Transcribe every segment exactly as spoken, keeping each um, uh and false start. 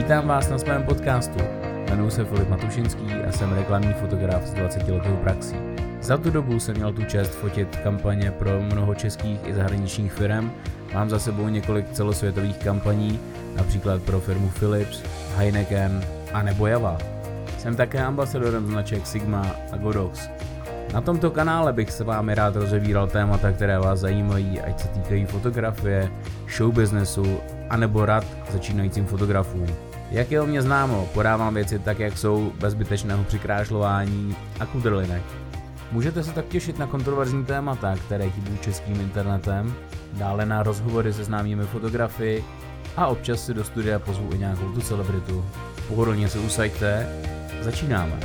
Vítám vás na svém podcastu. Jmenuji se Filip Matušinský a jsem reklamní fotograf s dvacetiletou praxí. Za tu dobu jsem měl tu čest fotit kampaně pro mnoho českých i zahraničních firm. Mám za sebou několik celosvětových kampaní, například pro firmu Philips, Heineken a nebo Java. Jsem také ambasadorem značek Sigma a Godox. Na tomto kanále bych se vámi rád rozevíral témata, které vás zajímají, ať se týkají fotografie, showbiznesu a nebo rad začínajícím fotografům. Jak je o mě známo, podávám věci tak, jak jsou, bez zbytečného přikrášlování a kudrlinek. Můžete se tak těšit na kontroverzní témata, které chybí českým internetem, dále na rozhovory se známými fotografy a občas si do studia pozvu i nějakou tu celebritu. Pohodlně se usaďte, začínáme.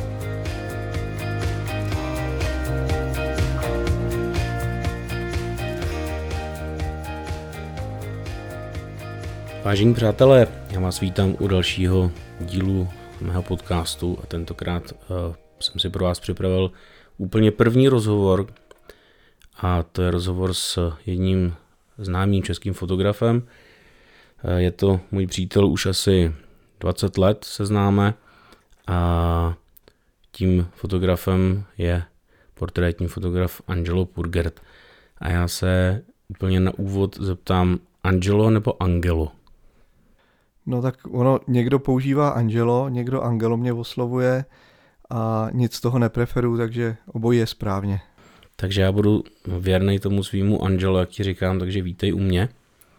Vážení přátelé, já vás vítám u dalšího dílu mého podcastu a tentokrát uh, jsem si pro vás připravil úplně první rozhovor a to je rozhovor s jedním známým českým fotografem. Uh, je to můj přítel, už asi dvacet let se známe a tím fotografem je portrétní fotograf Angelo Purgert. A já se úplně na úvod zeptám, Angelo nebo Angelo? No tak ono, někdo používá Angelo, někdo Angelo mě oslovuje a nic z toho nepreferuju, takže obojí je správně. Takže já budu věrnej tomu svýmu Angelo, jak ti říkám, takže vítej u mě.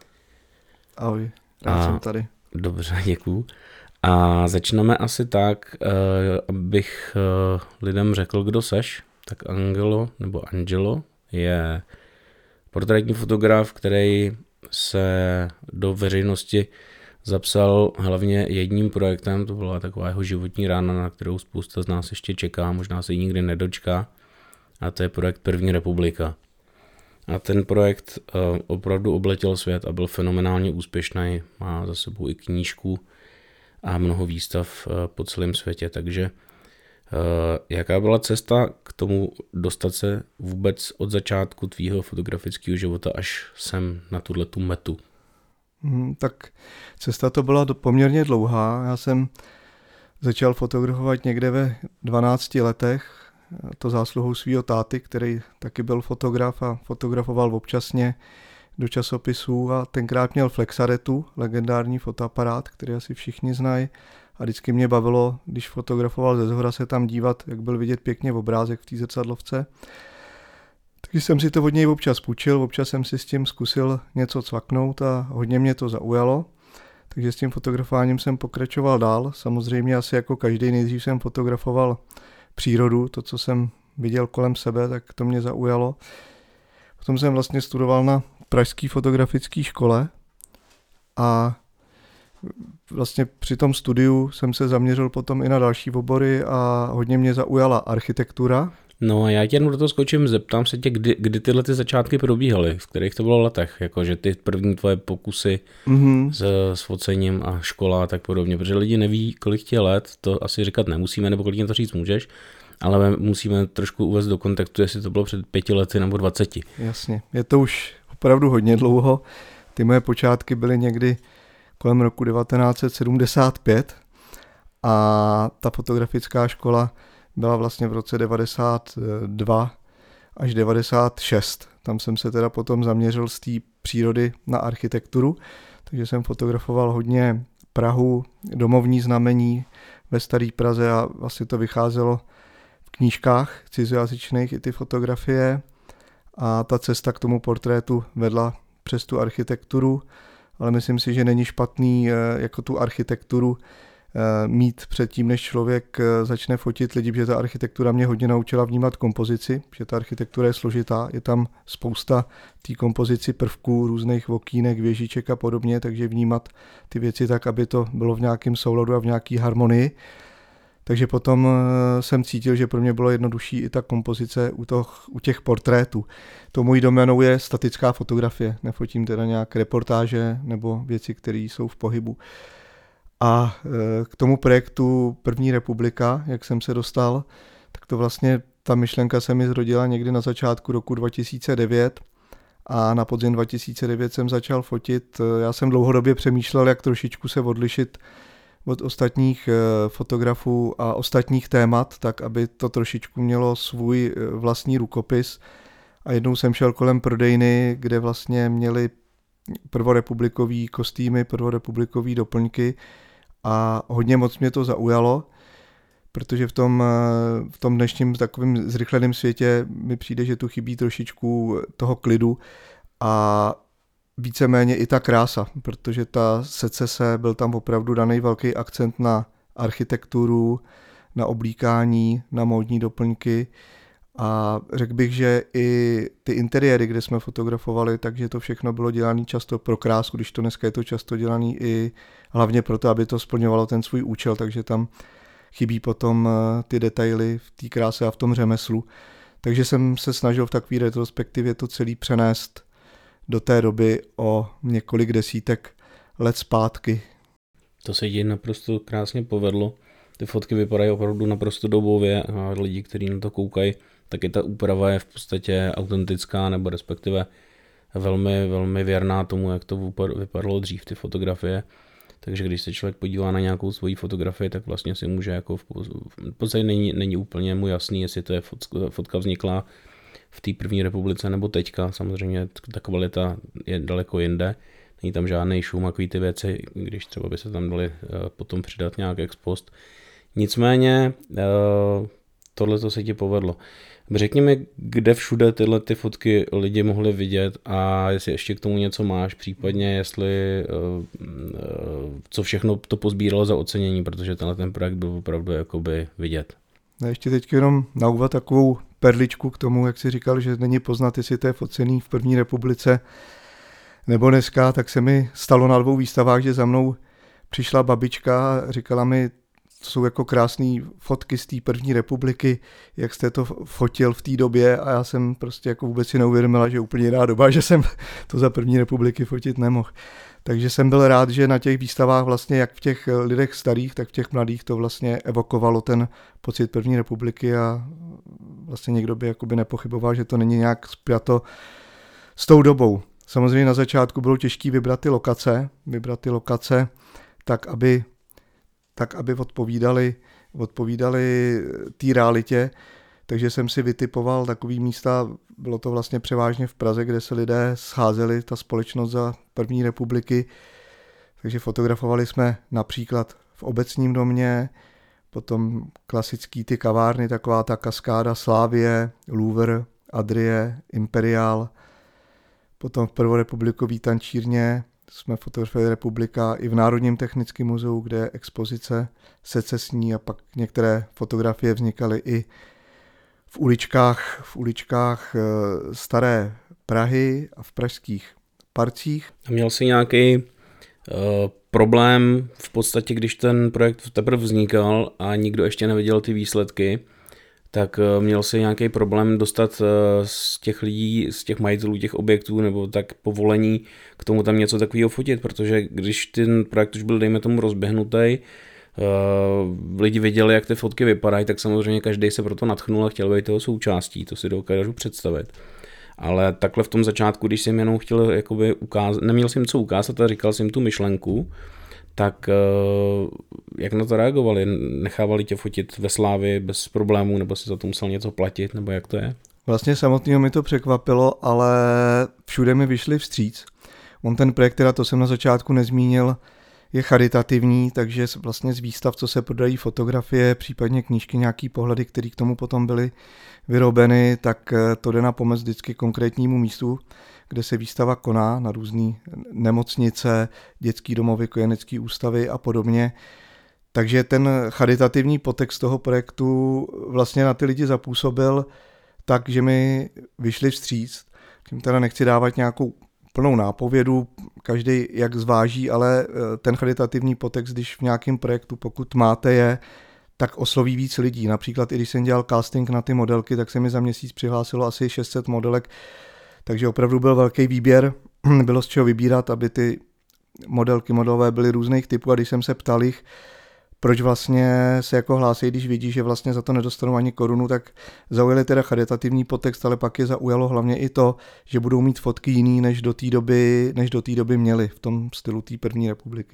Ahoj, rád a, jsem tady. Dobře, děkuju. A začneme asi tak, abych lidem řekl, kdo seš. Tak Angelo nebo Angelo je portrétní fotograf, který se do veřejnosti zapsal hlavně jedním projektem, to byla taková jeho životní rána, na kterou spousta z nás ještě čeká, možná se ji nikdy nedočká, a to je projekt První republika. A ten projekt uh, opravdu obletěl svět a byl fenomenálně úspěšný, má za sebou i knížku a mnoho výstav uh, po celém světě, takže uh, jaká byla cesta k tomu dostat se vůbec od začátku tvýho fotografického života až sem na tuhletu metu? Hmm, tak cesta to byla poměrně dlouhá. Já jsem začal fotografovat někde ve dvanácti letech, to zásluhou svého táty, který taky byl fotograf a fotografoval občasně do časopisů a tenkrát měl Flexaretu, legendární fotoaparát, který asi všichni znají, a vždycky mě bavilo, když fotografoval ze zhora, se tam dívat, jak byl vidět pěkně obrázek v té zrcadlovce. Takže jsem si to od něj občas půjčil, občas jsem si s tím zkusil něco cvaknout a hodně mě to zaujalo. Takže s tím fotografováním jsem pokračoval dál. Samozřejmě asi jako každý nejdřív jsem fotografoval přírodu, to, co jsem viděl kolem sebe, tak to mě zaujalo. Potom jsem vlastně studoval na pražské fotografické škole a vlastně při tom studiu jsem se zaměřil potom i na další obory a hodně mě zaujala architektura. No a já tě jenom do toho skočím, zeptám se tě, kdy, kdy tyhle ty začátky probíhaly, v kterých to bylo letech, jakože ty první tvoje pokusy mm-hmm. s, s focením a škola a tak podobně, protože lidi neví, kolik tě let, to asi říkat nemusíme, nebo kolik jim to říct můžeš, ale musíme trošku uvést do kontextu, jestli to bylo před pěti lety nebo dvaceti. Jasně, je to už opravdu hodně dlouho, ty moje počátky byly někdy kolem roku devatenáct set sedmdesát pět a ta fotografická škola byla vlastně v roce devadesát dva až devadesát šest. Tam jsem se teda potom zaměřil z té přírody na architekturu, takže jsem fotografoval hodně Prahu, domovní znamení ve Staré Praze a vlastně to vycházelo v knížkách cizojazyčných i ty fotografie a ta cesta k tomu portrétu vedla přes tu architekturu, ale myslím si, že není špatný jako tu architekturu mít předtím, než člověk začne fotit lidi, protože ta architektura mě hodně naučila vnímat kompozici, že ta architektura je složitá, je tam spousta té kompozici prvků, různých okýnek, věžiček a podobně, takže vnímat ty věci tak, aby to bylo v nějakém souladu a v nějaký harmonii. Takže potom jsem cítil, že pro mě bylo jednodušší i ta kompozice u, toho, u těch portrétů. To mojí doménou je statická fotografie, nefotím teda nějak reportáže nebo věci, které jsou v pohybu. A k tomu projektu První republika, jak jsem se dostal, tak to vlastně ta myšlenka se mi zrodila někdy na začátku roku dva tisíce devět a na podzim dva tisíce devět jsem začal fotit. Já jsem dlouhodobě přemýšlel, jak trošičku se odlišit od ostatních fotografů a ostatních témat, tak aby to trošičku mělo svůj vlastní rukopis. A jednou jsem šel kolem prodejny, kde vlastně měli prvorepublikový kostýmy, prvorepublikový doplňky a hodně moc mě to zaujalo, protože v tom, v tom dnešním takovým zrychleném světě mi přijde, že tu chybí trošičku toho klidu a víceméně i ta krása, protože ta secese, byl tam opravdu daný velký akcent na architekturu, na oblíkání, na módní doplňky a řekl bych, že i ty interiéry, kde jsme fotografovali, takže to všechno bylo dělané často pro krásu, když to dneska je to často dělané i hlavně proto, aby to splňovalo ten svůj účel, takže tam chybí potom ty detaily v té kráse a v tom řemeslu. Takže jsem se snažil v takové retrospektivě to celý přenést do té doby o několik desítek let zpátky. To se ti naprosto krásně povedlo. Ty fotky vypadají opravdu naprosto dobově a lidi, kteří na to koukají, tak i ta úprava je v podstatě autentická nebo respektive velmi, velmi věrná tomu, jak to vypadalo dřív, ty fotografie. Takže když se člověk podívá na nějakou svoji fotografii, tak vlastně si může jako v podstatě není, není úplně mu jasný, jestli to je fotka, fotka vznikla v té první republice nebo teďka. Samozřejmě ta kvalita je daleko jinde. Není tam žádný šum, takový ty věci, když třeba by se tam dali potom přidat nějak ex post. Nicméně tohle to se ti povedlo. Řekni mi, kde všude tyhle ty fotky lidi mohli vidět a jestli ještě k tomu něco máš, případně jestli co všechno to pozbíralo za ocenění, protože tenhle ten projekt byl opravdu jakoby vidět. No ještě teď jenom na úvod takovou perličku k tomu, jak jsi říkal, že není poznat, jestli to je focený v první republice nebo dneska, tak se mi stalo na dvou výstavách, že za mnou přišla babička a říkala mi, to jsou jako krásné fotky z té první republiky, jak jste to fotil v té době a já jsem prostě jako vůbec si neuvědomila, že je úplně jiná doba, že jsem to za první republiky fotit nemohl. Takže jsem byl rád, že na těch výstavách vlastně jak v těch lidech starých, tak v těch mladých to vlastně evokovalo ten pocit první republiky a vlastně někdo by jakoby nepochyboval, že to není nějak spjato s tou dobou. Samozřejmě na začátku bylo těžké vybrat ty lokace, vybrat ty lokace tak, aby tak aby odpovídali, odpovídali té realitě, takže jsem si vytipoval takový místa, bylo to vlastně převážně v Praze, kde se lidé scházeli, ta společnost za první republiky, takže fotografovali jsme například v Obecním domě, potom klasický ty kavárny, taková ta kaskáda Slávie, Louvre, Adrie, Imperial, potom v prvorepublikový tančírně, jsme fotografovali republika i v Národním technickém muzeu, kde je expozice secesní a pak některé fotografie vznikaly i v uličkách, v uličkách staré Prahy a v pražských parcích. A měl jsi nějaký uh, problém v podstatě, když ten projekt teprve vznikal a nikdo ještě neviděl ty výsledky, tak měl jsi nějaký problém dostat z těch lidí, z těch majitelů těch objektů nebo tak povolení k tomu tam něco takového fotit, protože když ten projekt už byl, dejme tomu, rozběhnutý, lidi viděli, jak ty fotky vypadají, tak samozřejmě každý se proto nadchnul a chtěl být toho součástí, to si dokážu představit. Ale takhle v tom začátku, když jsem jenom chtěl jakoby ukázat, neměl jsem co ukázat a říkal jsem tu myšlenku, tak jak na to reagovali? Nechávali tě fotit ve Slávii bez problémů, nebo si za to musel něco platit, nebo jak to je? Vlastně samotného mi to překvapilo, ale všude mi vyšli vstříc. On ten projekt, teda to jsem na začátku nezmínil, je charitativní, takže vlastně z výstav, co se prodají fotografie, případně knížky, nějaký pohledy, které k tomu potom byly vyrobeny, tak to jde na pomoc vždycky konkrétnímu místu, kde se výstava koná, na různé nemocnice, dětský domovy, kojenecký ústavy a podobně. Takže ten charitativní podtext toho projektu vlastně na ty lidi zapůsobil tak, že mi vyšli vstříc. Tím teda nechci dávat nějakou plnou nápovědu, každý jak zváží, ale ten charitativní podtext, když v nějakém projektu, pokud máte je, tak osloví víc lidí. Například i když jsem dělal casting na ty modelky, tak se mi za měsíc přihlásilo asi šest set modelek, takže opravdu byl velký výběr, bylo z čeho vybírat, aby ty modelky modelové byly různých typů a když jsem se ptal jich, proč vlastně se jako hlásí, když vidí, že vlastně za to nedostanou ani korunu, tak zaujali teda charitativní podtext, ale pak je zaujalo hlavně i to, že budou mít fotky jiný, než do té doby, než do té doby měli v tom stylu té první republiky.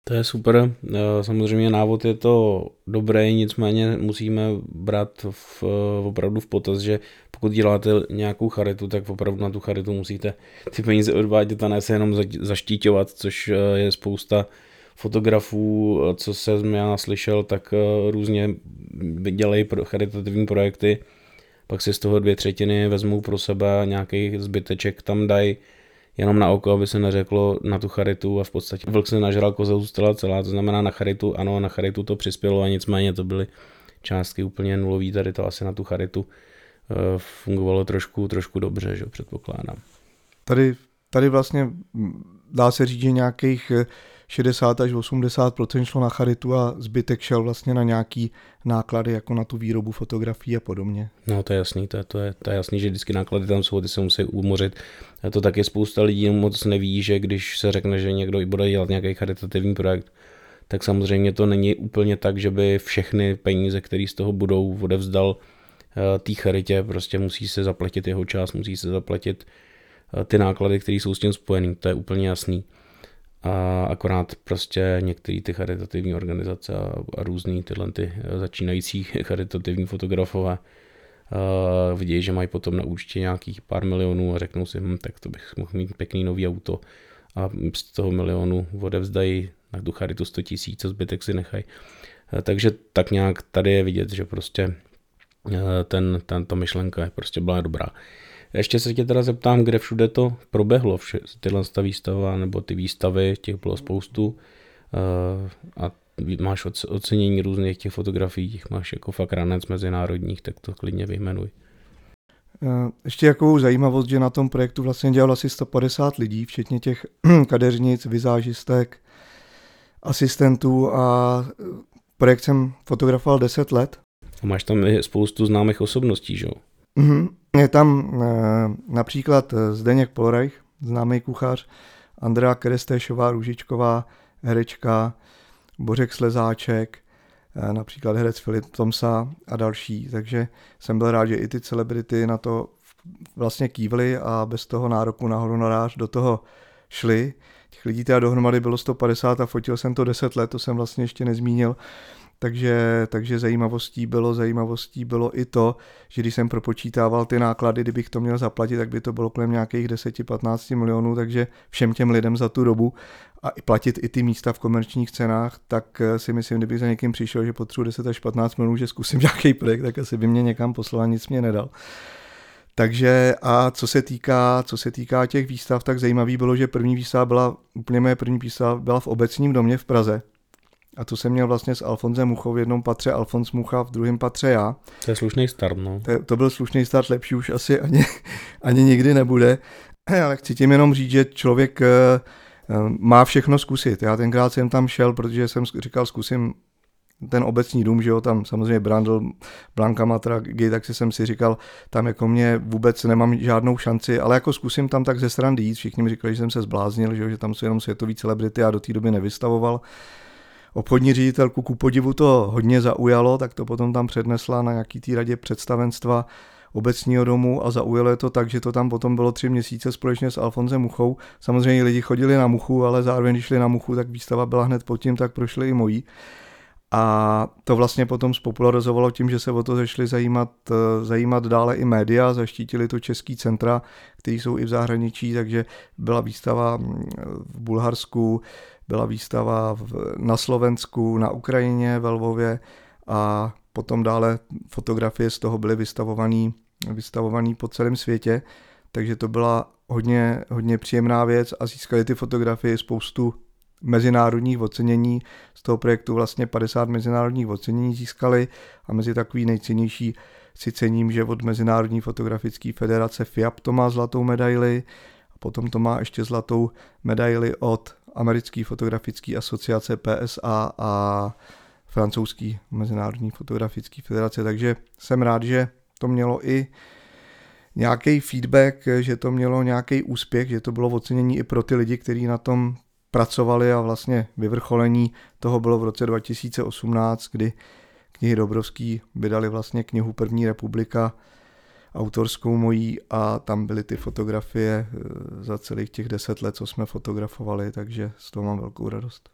To je super, samozřejmě návod je to dobré, nicméně musíme brát v, opravdu v potaz, že pokud děláte nějakou charitu, tak opravdu na tu charitu musíte ty peníze odvádět a ne se jenom zaštíťovat, což je spousta fotografů, co se já slyšel, tak různě dělají charitativní projekty, pak si z toho dvě třetiny vezmou pro sebe, nějaký zbyteček tam dají, jenom na oko, aby se neřeklo na tu charitu a v podstatě vlk se nažral, koza zůstala celá, to znamená na charitu, ano, na charitu to přispělo a nicméně to byly částky úplně nulový, tady to asi na tu charitu fungovalo trošku, trošku dobře, že předpokládám. Tady, tady vlastně dá se říct, že nějakých šedesát až osmdesát procent šlo na charitu a zbytek šel vlastně na nějaký náklady, jako na tu výrobu fotografií a podobně. No to je jasný, to je, to je, to je jasný, že vždycky náklady tam jsou, ty se musí umořit. A to taky spousta lidí moc neví, že když se řekne, že někdo bude dělat nějaký charitativní projekt, tak samozřejmě to není úplně tak, že by všechny peníze, které z toho budou, odevzdal té charitě, prostě musí se zaplatit jeho část, musí se zaplatit ty náklady, které jsou s tím spojený, to je úplně jasný. A akorát prostě některé ty charitativní organizace a, a různý tyhle ty začínající charitativní fotografové uh, vidí, že mají potom na účtě nějakých pár milionů a řeknou si, hm, tak to bych mohl mít pěkný nový auto a z toho milionu odevzdají na tu charitu sto tisíc a zbytek si nechají. Uh, takže tak nějak tady je vidět, že prostě uh, ten, ten, ta myšlenka je prostě byla dobrá. Ještě se tě teda zeptám, kde všude to proběhlo, vše, tyhle ta výstava nebo ty výstavy, těch bylo spoustu a máš ocenění různých těch fotografií, těch máš jako fakt ranec mezinárodních, tak to klidně vyjmenuj. Ještě jakou zajímavost, že na tom projektu vlastně dělalo asi sto padesát lidí, včetně těch kadeřnic, vizážistek, asistentů a projekt jsem fotografoval deset let. A máš tam i spoustu známých osobností, že jo? Mm-hmm. Je tam e, například Zdeněk Polreich, známý kuchař, Andrea Kerestešová, Růžičková, herečka, Bořek Slezáček, e, například herec Filip Tomsa a další, takže jsem byl rád, že i ty celebrity na to vlastně kývly a bez toho nároku na honorář do toho šli. Těch lidí teda dohromady bylo sto padesát a fotil jsem to deset let, to jsem vlastně ještě nezmínil. Takže, takže zajímavostí bylo, zajímavostí bylo i to, že když jsem propočítával ty náklady, kdybych to měl zaplatit, tak by to bylo kolem nějakých deset až patnáct milionů, takže všem těm lidem za tu dobu a i platit i ty místa v komerčních cenách, tak si myslím, kdybych za někým přišel, že potřebuji deset až patnáct milionů, že zkusím nějaký projekt, tak asi by mě někam poslal, nic mě nedal. Takže a co se týká, co se týká těch výstav, tak zajímavý bylo, že první výstava byla, úplně moje první výstava byla v Obecním domě v Praze. A to jsem měl vlastně s Alfonsem Muchou v jednom patře, Alfons Mucha v druhém patře já. To je slušný start, no. To, to byl slušný start, lepší už asi ani, ani nikdy nebude. Ale chci tím jenom říct, že člověk uh, má všechno zkusit. Já tenkrát jsem tam šel, protože jsem říkal, zkusím ten Obecní dům, že jo, tam samozřejmě Brandl, Blanka Matra, tak si jsem si říkal, tam jako mě vůbec nemám žádnou šanci, ale jako zkusím tam tak ze srandy jít. Všichni mi říkali, že jsem se zbláznil, že, jo, že tam jsou jenom světový celebrity a do té doby nevystavoval. Obchodní ředitelku ku podivu to hodně zaujalo, tak to potom tam přednesla na nějaký té radě představenstva Obecního domu a zaujalo je to tak, že to tam potom bylo tři měsíce společně s Alfonsem Muchou. Samozřejmě lidi chodili na Muchu, ale zároveň když šli na Muchu, tak výstava byla hned pod tím, tak prošli i mojí. A to vlastně potom spopularizovalo tím, že se o to začali zajímat, zajímat dále i média, zaštítili to český centra, které jsou i v zahraničí, takže byla výstava v Bulharsku, byla výstava v, na Slovensku, na Ukrajině, ve Lvově a potom dále fotografie z toho byly vystavované vystavovaný po celém světě, takže to byla hodně, hodně příjemná věc a získali ty fotografie spoustu mezinárodních ocenění. Z toho projektu vlastně padesát mezinárodních ocenění získali a mezi takový nejcennější si cením, že od Mezinárodní fotografické federace F I A P to má zlatou medaili a potom to má ještě zlatou medaili od Americké fotografické asociace P S A a francouzský Mezinárodní fotografické federace, takže jsem rád, že to mělo i nějaký feedback, že to mělo nějaký úspěch, že to bylo ocenění i pro ty lidi, kteří na tom pracovali a vlastně vyvrcholení toho bylo v roce dva tisíce osmnáct, kdy knihy Dobrovský vydali vlastně knihu První republika, autorskou mojí a tam byly ty fotografie za celých těch deset let, co jsme fotografovali, takže z toho mám velkou radost.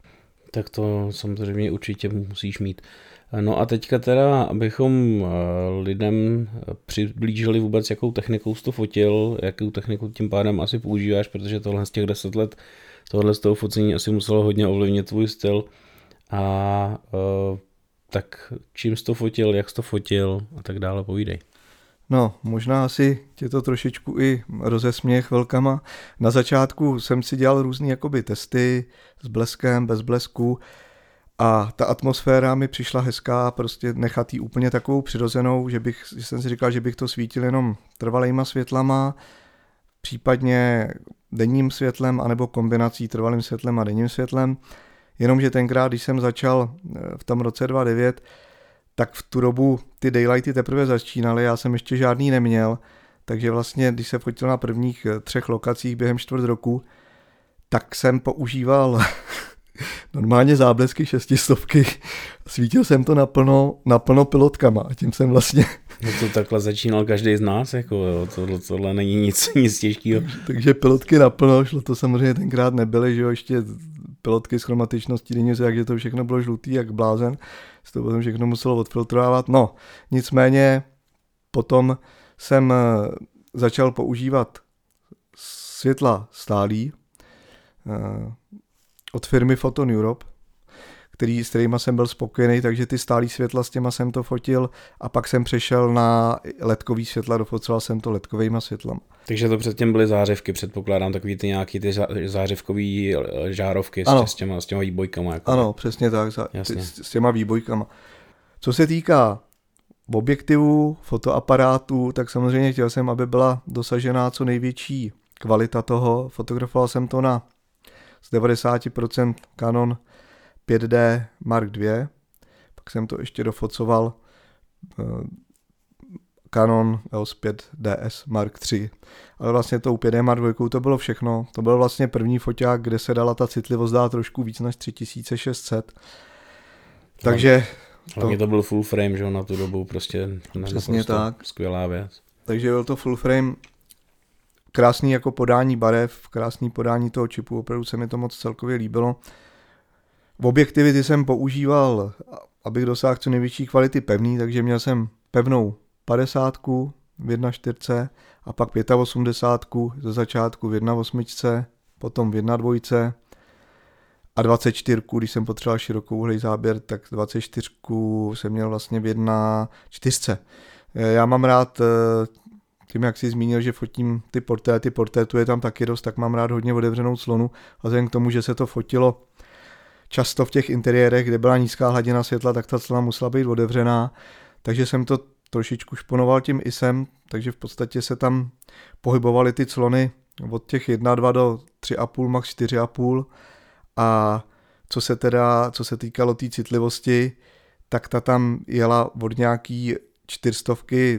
Tak to samozřejmě určitě musíš mít. No a teďka teda, abychom lidem přiblížili vůbec, jakou technikou jsi to fotil, jakou techniku tím pádem asi používáš, protože tohle z těch deset let, tohle z toho focení asi muselo hodně ovlivnit tvůj styl. A tak čím jsi to fotil, jak jsi to fotil a tak dále, povídej. No, možná asi tě to trošičku i rozesměje chvilkama. Na začátku jsem si dělal různý jakoby testy s bleskem, bez blesku a ta atmosféra mi přišla hezká, prostě nechat jí úplně takovou přirozenou, že, bych, že jsem si říkal, že bych to svítil jenom trvalejma světlama, případně denním světlem, anebo kombinací trvalým světlem a denním světlem. Jenomže tenkrát, když jsem začal v tom roce dva tisíce devět, tak v tu dobu ty daylighty teprve začínaly, já jsem ještě žádný neměl, takže vlastně, když se fotil na prvních třech lokacích během čtvrt roku, tak jsem používal normálně záblesky šestistovky, svítil jsem to naplno, naplno pilotkama a tím jsem vlastně... No to takhle začínal každý z nás, jako jo, tohle, tohle není nic, nic těžkého. Takže, takže pilotky naplno, šlo to samozřejmě tenkrát nebyly, že jo, ještě pilotky s chromatičností denní, takže to všechno bylo žlutý jak blázen, se to potom všechno muselo odfiltrovat. No, nicméně potom jsem začal používat světla stálí od firmy Photon Europe, který, s kterýma jsem byl spokojený, takže ty stálý světla s těma jsem to fotil a pak jsem přešel na ledkový světla, dofocoval jsem to ledkovejma světlama. Takže to předtím byly zářivky, předpokládám, takový ty nějaký ty zářivkový žárovky s, s těma, s těma výbojkama. Jako ano, tak. Přesně tak, ty, s těma výbojkama. Co se týká objektivů, fotoaparátů, tak samozřejmě chtěl jsem, aby byla dosažená co největší kvalita toho. Fotografoval jsem to na z devadesát procent Canon pět dé Mark dva, pak jsem to ještě dofocoval uh, Canon E O S pět D S Mark tři, ale vlastně tou pět dé Mark dva to bylo všechno, to byl vlastně první foťák, kde se dala ta citlivost dát trošku víc než tři tisíce šest set, takže... Hlavně to, to byl full frame, že na tu dobu prostě přesně tak. Skvělá věc. Takže byl to full frame, krásný jako podání barev, krásný podání toho čipu, opravdu se mi to moc celkově líbilo. V objektivy ty jsem používal, abych dosáhl co největší kvality pevný, takže měl jsem pevnou padesátku v jedna čtyřce a pak osmdesátku pět ze začátku v jedna osmičce, potom v jedna dvojce a dvacet čtyři, když jsem potřeboval širokouhlý záběr, tak dvacet čtyři jsem měl vlastně v jedna čtyřce. Já mám rád, tím jak jsi zmínil, že fotím ty portréty, portrétu je tam taky dost, tak mám rád hodně otevřenou clonu a vzhledem k tomu, že se to fotilo často v těch interiérech, kde byla nízká hladina světla, tak ta clona musela být otevřená, takže jsem to trošičku šponoval tím I S em, takže v podstatě se tam pohybovaly ty clony od těch jedna dva do tři a půl, max čtyři a půl a co se teda, co se týkalo té tý citlivosti, tak ta tam jela od nějaký čtyřstovky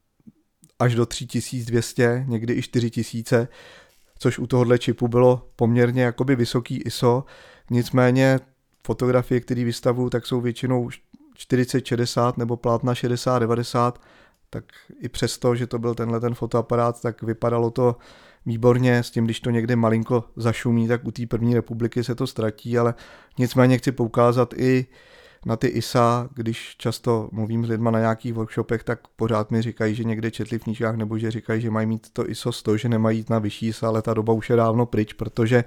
až do tři tisíce dvě stě, někdy i čtyři tisíce, což u tohohle čipu bylo poměrně jakoby vysoký I S O, nicméně fotografie, které vystavuju, tak jsou většinou čtyřicet šedesát nebo plátna šedesát devadesát, tak i přesto, že to byl tenhle ten fotoaparát, tak vypadalo to výborně, s tím, když to někde malinko zašumí, tak u té první republiky se to ztratí, ale nicméně chci poukázat i na ty I S A, když často mluvím s lidma na nějakých workshopech, tak pořád mi říkají, že někde četli v knížkách, nebo že říkají, že mají mít to I S O sto, že nemají jít na vyšší I S A, ale ta doba už je dávno pryč, protože,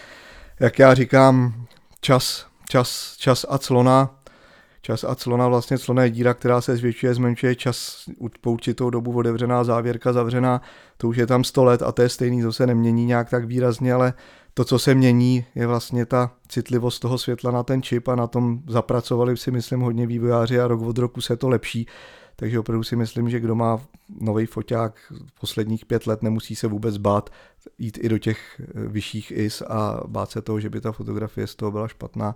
jak já říkám, čas, čas, čas a clona, čas a clona, vlastně clona je díra, která se zvětšuje, zmenšuje, čas po určitou dobu otevřená, závěrka zavřená, to už je tam sto let a to je stejný, to se nemění nějak tak výrazně, ale to, co se mění, je vlastně ta citlivost toho světla na ten čip a na tom zapracovali si myslím hodně vývojáři a rok od roku se to lepší, takže opravdu si myslím, že kdo má nový foťák posledních pět let, nemusí se vůbec bát jít i do těch vyšších I S a bát se toho, že by ta fotografie z toho byla špatná.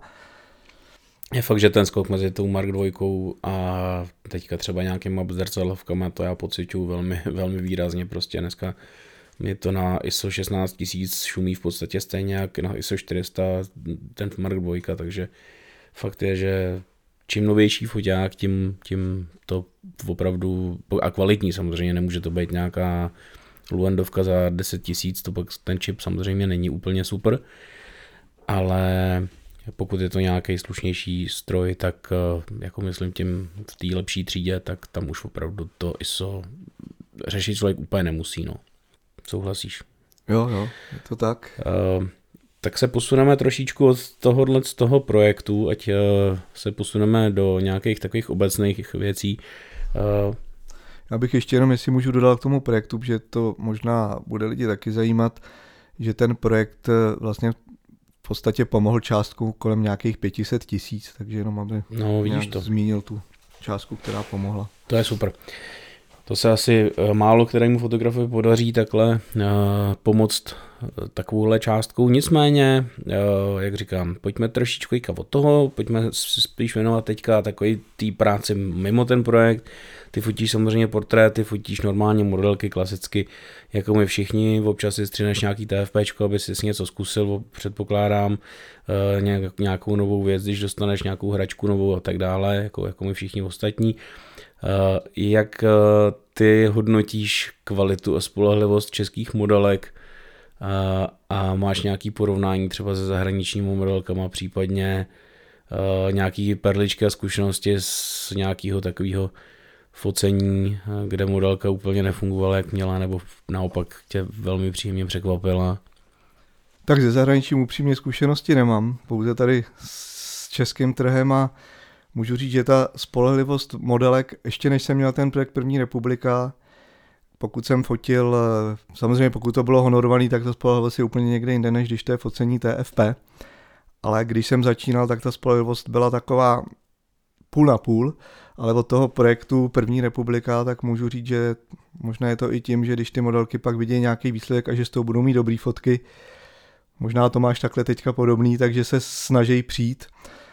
Je fakt, že ten skok mezi tou Mark dva a teďka třeba nějakýma zrcadlovkama, to já pociťuju velmi, velmi výrazně, prostě dneska mi to na I S O šestnáct tisíc šumí v podstatě stejně jak na I S O čtyři sta ten Mark dva, takže fakt je, že čím novější foťák, tím, tím to opravdu, a kvalitní samozřejmě, nemůže to být nějaká Luandovka za deset tisíc, to pak ten čip samozřejmě není úplně super, ale pokud je to nějaký slušnější stroj, tak jako myslím tím v té lepší třídě, tak tam už opravdu to I S O řešit člověk úplně nemusí, no. Souhlasíš? Jo, jo, je to tak. Uh, tak se posuneme trošičku od tohohle z toho projektu, ať uh, se posuneme do nějakých takových obecných věcí. Uh, Já bych ještě jenom, jestli můžu dodat k tomu projektu, že to možná bude lidi taky zajímat, že ten projekt vlastně v podstatě pomohl částku kolem nějakých pět set tisíc, takže jenom aby no, vidíš to. Zmínil tu částku, která pomohla. To je super. To se asi málo kterému fotografovi podaří takhle uh, pomoct uh, takovouhle částkou. Nicméně, uh, jak říkám, pojďme trošičku od toho, pojďme spíš věnovat teďka takový té práci mimo ten projekt. Ty fotíš samozřejmě portréty, fotíš normálně modelky klasicky, jako my všichni, občas si střineš nějaký TFPčko, aby si něco zkusil, předpokládám, uh, nějak, nějakou novou věc, když dostaneš nějakou hračku novou a tak dále, jako, jako my všichni ostatní. Uh, jak uh, ty hodnotíš kvalitu a spolehlivost českých modelek uh, a máš nějaký porovnání třeba se zahraničními modelkama, případně uh, nějaký perličky a zkušenosti z nějakého takového focení, uh, kde modelka úplně nefungovala, jak měla, nebo naopak tě velmi příjemně překvapila? Tak ze zahraničím upřímně zkušenosti nemám, pouze tady s českým trhem a můžu říct, že ta spolehlivost modelek, ještě než jsem měl ten projekt První republika, pokud jsem fotil, samozřejmě pokud to bylo honorovaný, tak ta spolehlivost je úplně někde jinde, než když to je focení T F P. Ale když jsem začínal, tak ta spolehlivost byla taková půl na půl, ale od toho projektu První republika, tak můžu říct, že možná je to i tím, že když ty modelky pak vidí nějaký výsledek a že z toho budou mít dobrý fotky, možná to máš takhle teďka podobný, takže se snaží přijít.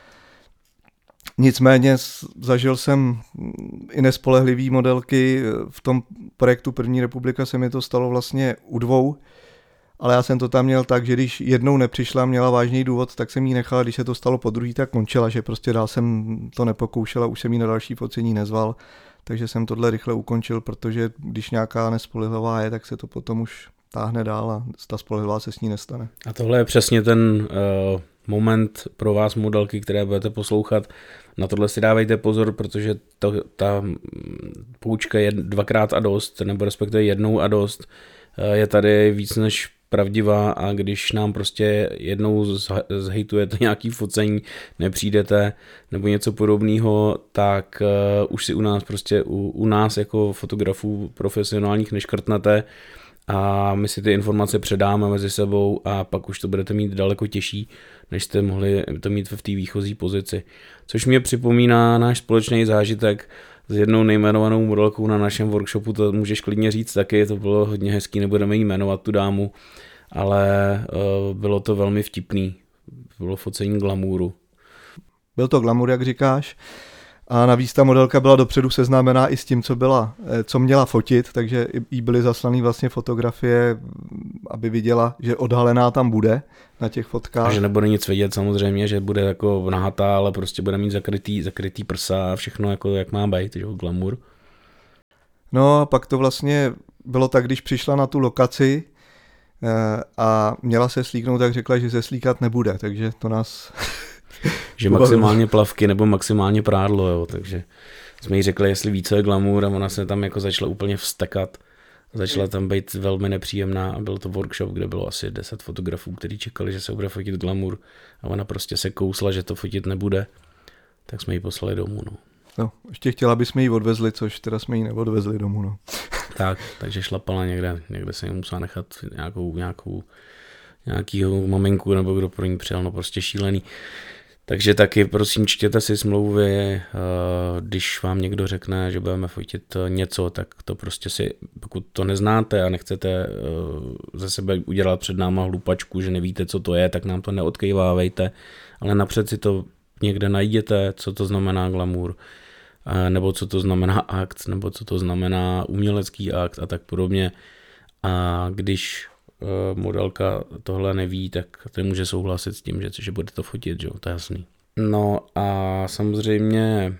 Nicméně zažil jsem i nespolehlivý modelky, v tom projektu První republika se mi to stalo vlastně u dvou, ale já jsem to tam měl tak, že když jednou nepřišla, měla vážný důvod, tak jsem ji nechal, když se to stalo po druhý, tak končila, že prostě dál jsem to nepokoušel a už jsem ji na další focení nezval, takže jsem tohle rychle ukončil, protože když nějaká nespolehlivá je, tak se to potom už táhne dál a ta spolehlivá se s ní nestane. A tohle je přesně ten uh, moment pro vás modelky, které budete poslouchat. Na tohle si dávejte pozor, protože to, ta poučka je dvakrát a dost, nebo respektive jednou a dost, je tady víc než pravdivá a když nám prostě jednou zhejtujete nějaký focení, nepřijdete nebo něco podobného, tak uh, už si u nás prostě u, u nás jako fotografů profesionálních neškrtnete a my si ty informace předáme mezi sebou a pak už to budete mít daleko těžší, než jste mohli to mít v té výchozí pozici. Což mě připomíná náš společný zážitek s jednou nejmenovanou modelkou na našem workshopu, to můžeš klidně říct taky, to bylo hodně hezký, nebudeme jí jmenovat tu dámu, ale uh, bylo to velmi vtipný, bylo focení glamouru. Byl to glamour, jak říkáš. A navíc ta modelka byla dopředu seznámená i s tím, co byla, co měla fotit, takže jí byly zaslaný vlastně fotografie, aby viděla, že odhalená tam bude na těch fotkách. A že nebude nic vidět samozřejmě, že bude jako nahatá, ale prostě bude mít zakrytý, zakrytý prsa a všechno jako jak má být, že glamour. No a pak to vlastně bylo tak, když přišla na tu lokaci a měla se slíknout, tak řekla, že se slíkat nebude, takže to nás... že maximálně plavky nebo maximálně prádlo, jo, takže jsme jí řekli, jestli více je glamour a ona se tam jako začala úplně vstekat. Začala tam být velmi nepříjemná a byl to workshop, kde bylo asi deset fotografů, kteří čekali, že se bude fotit glamour a ona prostě se kousla, že to fotit nebude, tak jsme ji poslali domů, no. No, ještě chtěla, aby jsme ji odvezli, což teda jsme ji neodvezli domů, no. Tak, takže šlapala někde, někde se jí musela nechat nějakou, nějakou, nějakýho maminku nebo kdo pro ní přijel, no prostě šílený. Takže taky prosím čtěte si smlouvy, když vám někdo řekne, že budeme fotit něco, tak to prostě si, pokud to neznáte a nechcete ze sebe udělat před náma hlupačku, že nevíte, co to je, tak nám to neodkejvávejte, ale napřed si to někde najděte, co to znamená glamour, nebo co to znamená akt, nebo co to znamená umělecký akt a tak podobně. A když modelka tohle neví, tak to může souhlasit s tím, že, že bude to fotit, že jo, to je jasný. No a samozřejmě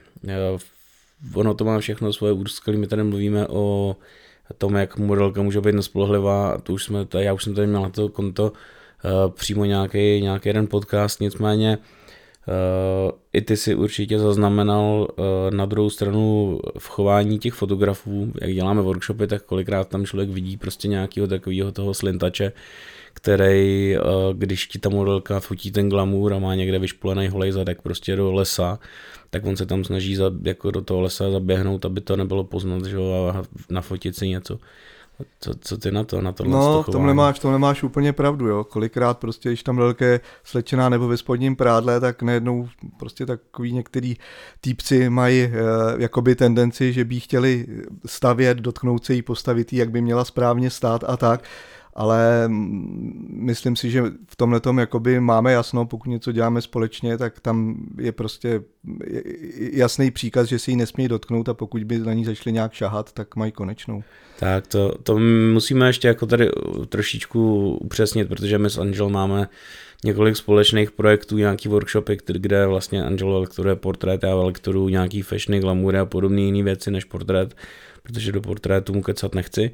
ono to má všechno svoje úskalí, my tady mluvíme o tom, jak modelka může být nespolehlivá, to už jsme, já už jsem tady měl na to konto přímo nějaký, nějaký jeden podcast, nicméně Uh, i ty si určitě zaznamenal uh, na druhou stranu v chování těch fotografů, jak děláme workshopy, tak kolikrát tam člověk vidí prostě nějakého takového toho slintače, který, uh, když ti ta modelka fotí ten glamour a má někde vyšpulený holej zadek prostě do lesa, tak on se tam snaží za, jako do toho lesa zaběhnout, aby to nebylo poznat, že jo, a nafotit si něco. Co, co ty na to, na tohle No, v tom nemáš, v tom nemáš úplně pravdu, jo. Kolikrát prostě, když tam velké slečená nebo ve spodním prádle, tak najednou prostě takový některý týpci mají e, jakoby tendenci, že by chtěli stavět, dotknout se jí, postavit jí, jak by měla správně stát a tak. Ale myslím si, že v tomhletom jakoby máme jasno, pokud něco děláme společně, tak tam je prostě jasný příkaz, že si ji nesmí dotknout a pokud by na ní začali nějak šahat, tak mají konečnou. Tak to, to musíme ještě jako tady trošičku upřesnit, protože my s Angel máme několik společných projektů, nějaký workshopy, kde vlastně Angel lektoruje portrét, já lektoruju nějaký fashiony, glamoury a podobné jiné věci než portrét, protože do portrétu mu kecat nechci.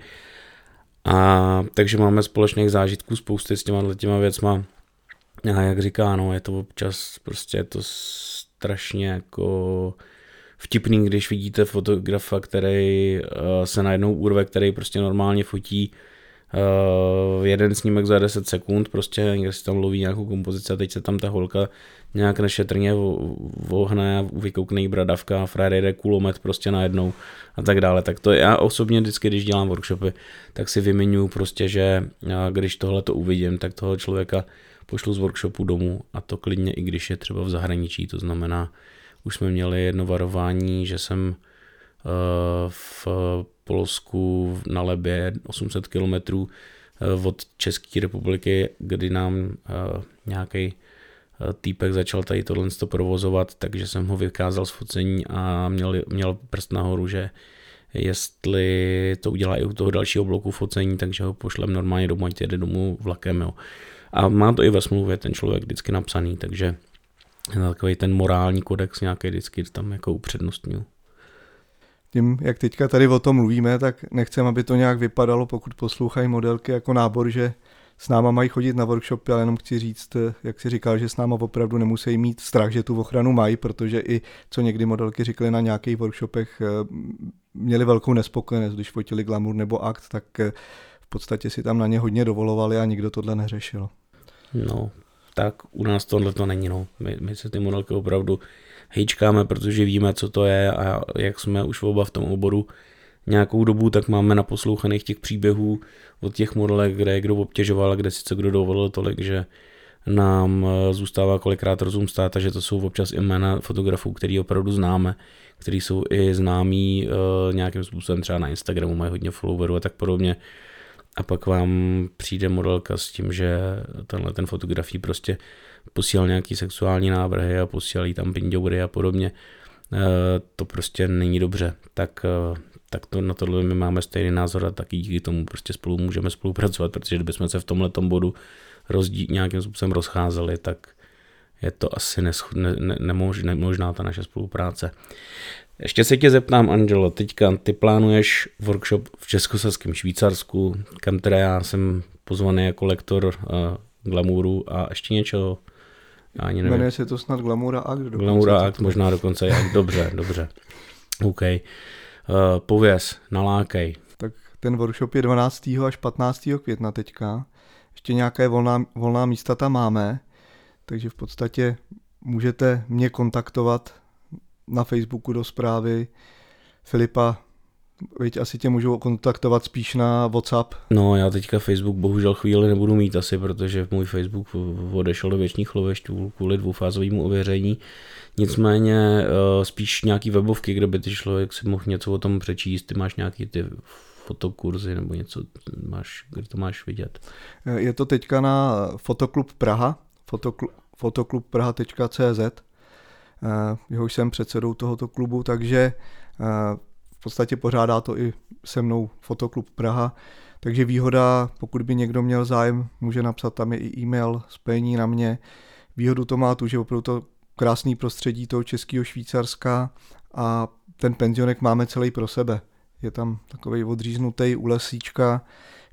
A takže máme společných zážitků spousty s těma těma věcma. A jak říká, no, je to občas prostě je to strašně jako vtipný, když vidíte fotografa, který uh, se najednou urve, který prostě normálně fotí uh, jeden snímek za deset sekund, prostě někde si tam loví nějakou kompozici a teď se tam ta holka nějak nešetrně vohne, vykoukne jí bradavka a frajer jede kulomet prostě najednou a tak dále. Tak to já osobně vždycky, když dělám workshopy, tak si vymiňuji prostě, že když tohle to uvidím, tak toho člověka pošlu z workshopu domů a to klidně i když je třeba v zahraničí, to znamená, už jsme měli jedno varování, že jsem v Polsku na Lebě osm set kilometrů od České republiky, kdy nám nějaký týpek začal tady tohle provozovat, takže jsem ho vykázal z focení a měl, měl prst nahoru, že jestli to udělá i u toho dalšího bloku focení, takže ho pošlem normálně domů, ať jede domů vlakem. Jo. A má to i ve smlouvě ten člověk vždycky napsaný, takže takový ten morální kodex nějaký vždycky tam jako upřednostňuji. Tím, jak teďka tady o tom mluvíme, tak nechcem, aby to nějak vypadalo, pokud poslouchají modelky jako nábor, že s náma mají chodit na workshopy, ale jenom chci říct, jak si říkal, že s náma opravdu nemusí mít strach, že tu ochranu mají, protože i co někdy modelky říkali na nějakých workshopech, měli velkou nespokojenost, když fotili glamour nebo akt, tak v podstatě si tam na ně hodně dovolovali a nikdo tohle neřešil. No, tak u nás tohle to není, no. My, my se ty modelky opravdu hejčkáme, protože víme, co to je a jak jsme už oba v tom oboru nějakou dobu, tak máme naposlouchaných těch příběhů od těch modelek, kde je kdo obtěžoval a kde si co kdo dovolil tolik, že nám zůstává kolikrát rozum stát a že to jsou občas i jména fotografů, který opravdu známe, který jsou i známí uh, nějakým způsobem, třeba na Instagramu mají hodně followerů a tak podobně. A pak vám přijde modelka s tím, že tenhle ten fotografí prostě posílal nějaký sexuální návrhy a posílal jí tam pindoury a podobně. Uh, to prostě není dobře. Tak uh, tak to, na tohle my máme stejný názor a taky díky tomu prostě spolu můžeme spolupracovat, protože kdybychom se v tomhletom bodu rozdí, nějakým způsobem rozcházeli, tak je to asi nesch, ne, ne, nemož, nemožná ta naše spolupráce. Ještě se tě zeptám, Angelo, teďka ty plánuješ workshop v Českosaském Švýcarsku, kam teda já jsem pozvaný jako lektor uh, glamouru a ještě něčeho. Ani nevím. Jmenuje se to snad Glamour a akt. Glamour a akt, možná dokonce jak dobře, dobře. OK. Uh, pověz, nalákej. Tak ten workshop je dvanáctého až patnáctého května teďka. Ještě nějaké volná, volná místa tam máme, takže v podstatě můžete mě kontaktovat na Facebooku do zprávy. Filipa, veď asi tě můžu kontaktovat spíš na WhatsApp. No, já teďka Facebook bohužel chvíli nebudu mít asi, protože můj Facebook odešel do věčných loveštů kvůli dvoufázovému ověření. Nicméně spíš nějaký webovky, kde by ty člověk si mohl něco o tom přečíst, ty máš nějaký ty fotokurzy nebo něco, máš, kde to máš vidět? Je to teďka na Fotoklub Praha, fotoklu, fotoklub praha tečka cé zet, jehož jsem předsedou tohoto klubu, takže v podstatě pořádá to i se mnou Fotoklub Praha, takže výhoda, pokud by někdo měl zájem, může napsat, tam je i e-mail, spojení na mě. Výhodu to má tu, že opravdu to krásný prostředí toho českého Švýcarska a ten penzionek máme celý pro sebe. Je tam takovej odříznutý u lesíčka,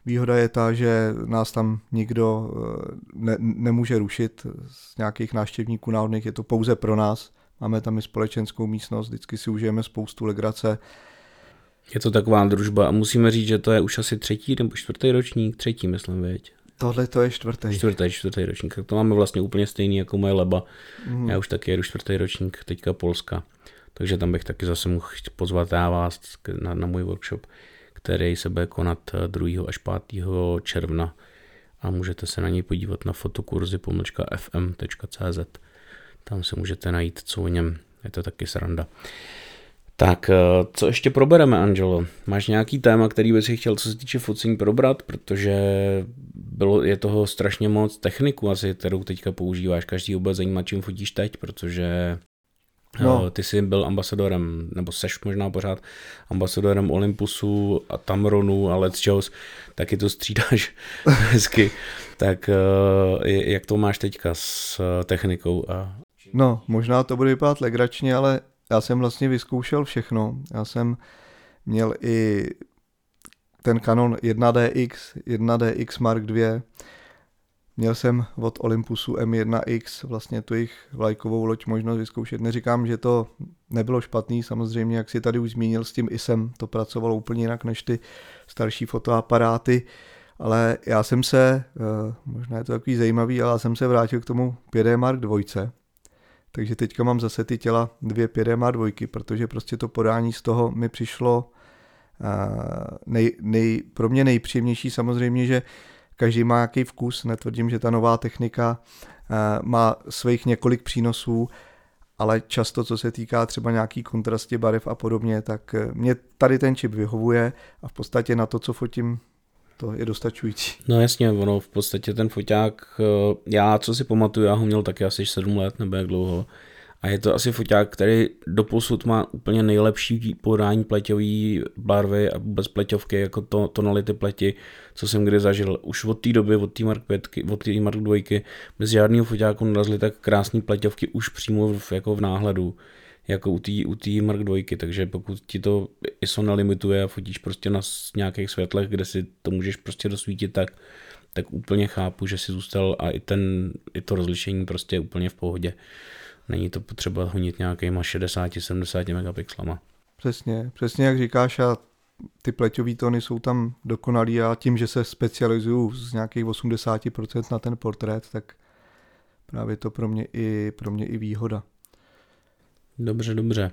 Výhoda je ta, že nás tam nikdo ne, nemůže rušit z nějakých návštěvníků náhodných, je to pouze pro nás. Máme tam i společenskou místnost, vždycky si užijeme spoustu legrace. Je to taková družba a musíme říct, že to je už asi třetí nebo čtvrtý ročník, třetí myslím, věď. Tohle to je čtvrtý. Čtvrtý, čtvrtý ročník, tak to máme vlastně úplně stejný jako moje Leba. Mm. Já už taky jedu čtvrtý ročník, teďka Polska, takže tam bych taky zase mohl pozvat já vás na, na můj workshop, který se bude konat druhého až pátého června a můžete se na něj podívat na fotokurzy pomlčka f m tečka c z. Tam se můžete najít co o něm, je to taky sranda. Tak, co ještě probereme, Angelo? Máš nějaký téma, který bys si chtěl, co se týče focení, probrat? Protože bylo, je toho strašně moc techniku asi, kterou teďka používáš. Každý vůbec zajímá, čím fotíš teď, protože no. Ty jsi byl ambasadorem, nebo seš možná pořád ambasadorem Olympusu a Tamronu a Let's Shows, taky to střídáš hezky. Tak jak to máš teďka s technikou? A... No, možná to bude vypadat legračně, ale já jsem vlastně vyzkoušel všechno. Já jsem měl i ten Canon jedna D X, jedna D X Mark dva. Měl jsem od Olympusu M jedna X vlastně tu jejich vlajkovou loď možnost vyzkoušet. Neříkám, že to nebylo špatný, samozřejmě, jak si tady už zmínil, s tím I S em to pracovalo úplně jinak než ty starší fotoaparáty, ale já jsem se, možná je to takový zajímavý, ale já jsem se vrátil k tomu pět D Mark dva. Takže teďka mám zase ty těla dvě pět D Mark dva, protože prostě to podání z toho mi přišlo nej, nej, pro mě nejpříjemnější. Samozřejmě, že každý má nějaký vkus, netvrdím, že ta nová technika má svých několik přínosů, ale často, co se týká třeba nějaký kontrasty barev a podobně, tak mě tady ten čip vyhovuje a v podstatě na to, co fotím, to je dostačující. No jasně, ono v podstatě ten foťák, já co si pamatuju, já ho měl taky asi sedm let nebo jak dlouho a je to asi foťák, který doposud má úplně nejlepší podání pleťový barvy a vůbec pleťovky, jako to, tonality pleti, co jsem kdy zažil. Už od té doby, od té Mark pět, od té Mark dva, bez žádného foťáku narazily tak krásné pleťovky už přímo v, jako v náhledu, jako u té u té Mark dva, takže pokud ti to I S O nelimituje a fotíš prostě na nějakých světlech, kde si to můžeš prostě dosvítit, tak, tak úplně chápu, že si zůstal a i, ten, i to rozlišení prostě je úplně v pohodě. Není to potřeba honit nějakýma šedesát sedmdesát megapixlama. Přesně, přesně jak říkáš a ty pleťové tóny jsou tam dokonalý a tím, že se specializuju z nějakých osmdesát procent na ten portrét, tak právě to pro mě i, pro mě i výhoda. Dobře, dobře.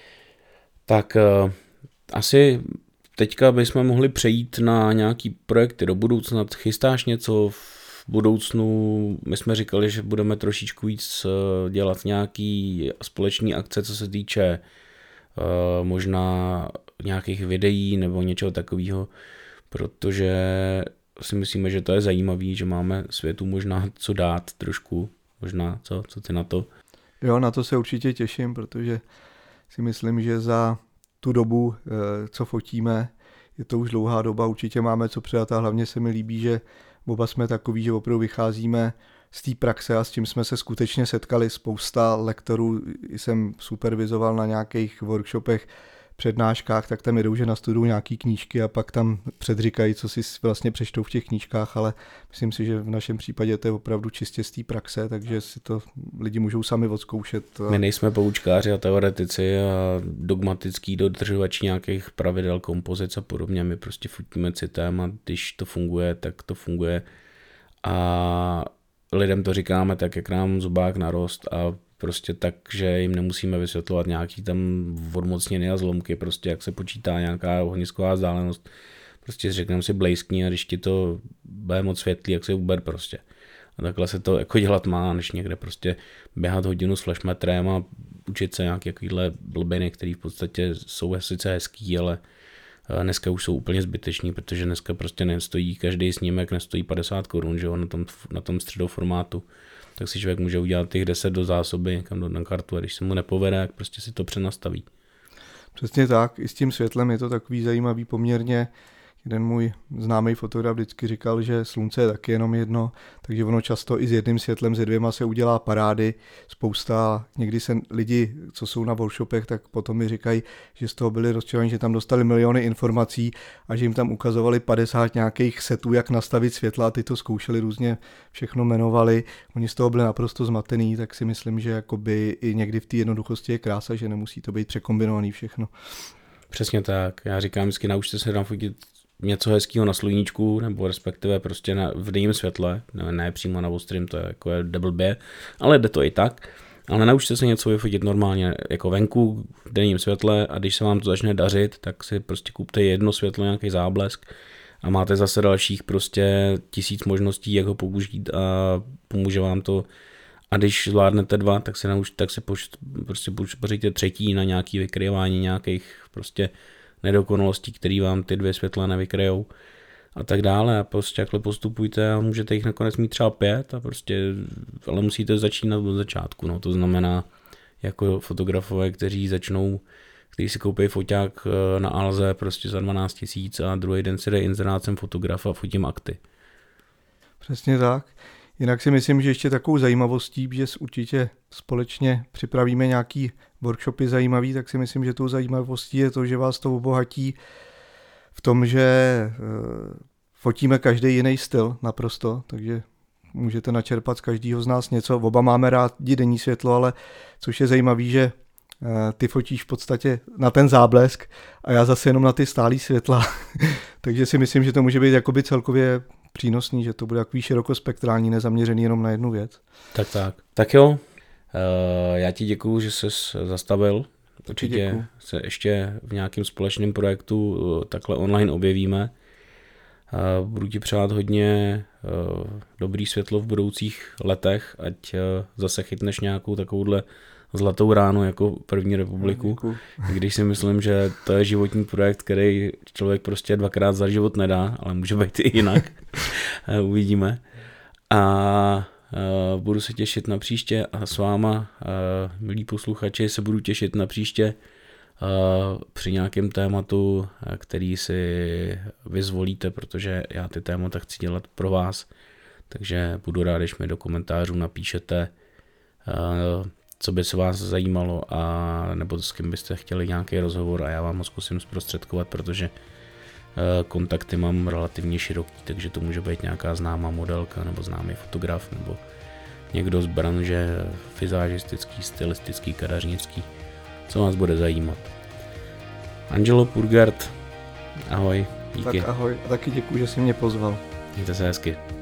Tak uh, asi teďka bychom mohli přejít na nějaký projekty do budoucna. Chystáš něco v budoucnu? My jsme říkali, že budeme trošičku víc uh, dělat nějaký společný akce, co se týče uh, možná nějakých videí nebo něčeho takového, protože si myslíme, že to je zajímavý, že máme světu možná co dát trošku, možná, co, co ty na to? Jo, na to se určitě těším, protože si myslím, že za tu dobu, co fotíme, je to už dlouhá doba, určitě máme co předat a hlavně se mi líbí, že oba jsme takový, že opravdu vycházíme z té praxe a s tím jsme se skutečně setkali. Spousta lektorů jsem supervizoval na nějakých workshopech, přednáškách, tak tam jedou, že nastudují nějaký knížky a pak tam předříkají, co si vlastně přečtou v těch knížkách, ale myslím si, že v našem případě to je opravdu čistě z té praxe, takže si to lidi můžou sami odzkoušet. My nejsme poučkáři a teoretici a dogmatický dodržovači nějakých pravidel, kompozic a podobně. My prostě fotíme citem a když to funguje, tak to funguje a lidem to říkáme tak, jak nám zubák narost a prostě tak, že jim nemusíme vysvětlovat nějaký tam odmocněny a zlomky, prostě jak se počítá nějaká ohnisková vzdálenost. Prostě řekneme si blejskni a když ti to bude moc světlý, jak se uber prostě. A takhle se to jako dělat má, než někde prostě běhat hodinu s flashmetrem a učit se nějaké takovýhle blbiny, které v podstatě jsou sice hezký, ale dneska už jsou úplně zbyteční, protože dneska prostě nestojí každý snímek, nestojí padesát korun, že jo, na tom, na tom středoformátu. Tak si člověk může udělat těch deset do zásoby někam do, na kartu a když se mu nepovede, tak prostě si to přenastaví. Přesně tak, i s tím světlem je to takový zajímavý poměrně. jeden můj známý fotograf vždycky říkal, že slunce je taky jenom jedno, takže ono často i s jedným světlem, se dvěma se udělá parády. Spousta, někdy se lidi, co jsou na workshopech, tak potom mi říkají, že z toho byli rozčarovaní, že tam dostali miliony informací a že jim tam ukazovali padesát nějakých setů, jak nastavit světla a ty to zkoušeli různě, všechno jmenovali. Oni z toho byli naprosto zmatený, tak si myslím, že jakoby i někdy v té jednoduchosti je krása, že nemusí to být překombinovaný všechno. Přesně tak. Já říkám vždycky, naučte se nafotit něco hezkého na sluníčku, nebo respektive prostě na, v denním světle, ne, ne přímo na ostrým, to je jako je double B, ale jde to i tak. Ale naučte se něco vyfotit normálně jako venku, v denním světle a když se vám to začne dařit, tak si prostě kupte jedno světlo, nějaký záblesk a máte zase dalších prostě tisíc možností, jak ho použít a pomůže vám to. A když zvládnete dva, tak se naučte, tak se poš, prostě pořiďte třetí na nějaký vykryvání nějakých prostě nedokonalostí, které vám ty dvě světla nevykryjou a tak dále a prostě takhle postupujte a můžete jich nakonec mít třeba pět a prostě, ale musíte začínat od začátku, no to znamená jako fotografové, kteří začnou, kteří si koupí foťák na Alze prostě za dvanáct tisíc a druhý den si jde inzerát, jsem fotograf a fotím akty. Přesně tak. Jinak si myslím, že ještě takovou zajímavostí, že určitě společně připravíme nějaký workshopy zajímavý, tak si myslím, že tou zajímavostí je to, že vás to obohatí v tom, že e, fotíme každý jiný styl naprosto, takže můžete načerpat z každého z nás něco. Oba máme rádi denní světlo, ale což je zajímavý, že e, ty fotíš v podstatě na ten záblesk a já zase jenom na ty stálý světla. Takže si myslím, že to může být jakoby celkově přínosný, že to bude takový širokospektrální, nezaměřený jenom na jednu věc. Tak, tak. Tak jo, uh, já ti děkuju, že ses zastavil. Určitě děkuju. Se ještě v nějakém společném projektu uh, takhle online objevíme. Uh, budu ti přát hodně uh, dobrý světlo v budoucích letech, ať uh, zase chytneš nějakou takovouhle zlatou ránu jako první republiku, děkuju. Když si myslím, že to je životní projekt, který člověk prostě dvakrát za život nedá, ale může být i jinak. Uvidíme. A uh, budu se těšit na příště a s váma, uh, milí posluchači, se budu těšit na příště uh, při nějakém tématu, který si vyzvolíte, protože já ty témata chci dělat pro vás, takže budu rád, když mi do komentářů napíšete, uh, co by se vás zajímalo a nebo s kým byste chtěli nějaký rozhovor a já vám ho zkusím zprostředkovat, protože uh, kontakty mám relativně široký, takže to může být nějaká známá modelka nebo známý fotograf nebo někdo z branže vizážistický, stylistický, kadeřnický, co vás bude zajímat. Angelo Purgart, ahoj, díky. Tak ahoj a taky děkuji, že jsi mě pozval. Mějte se hezky.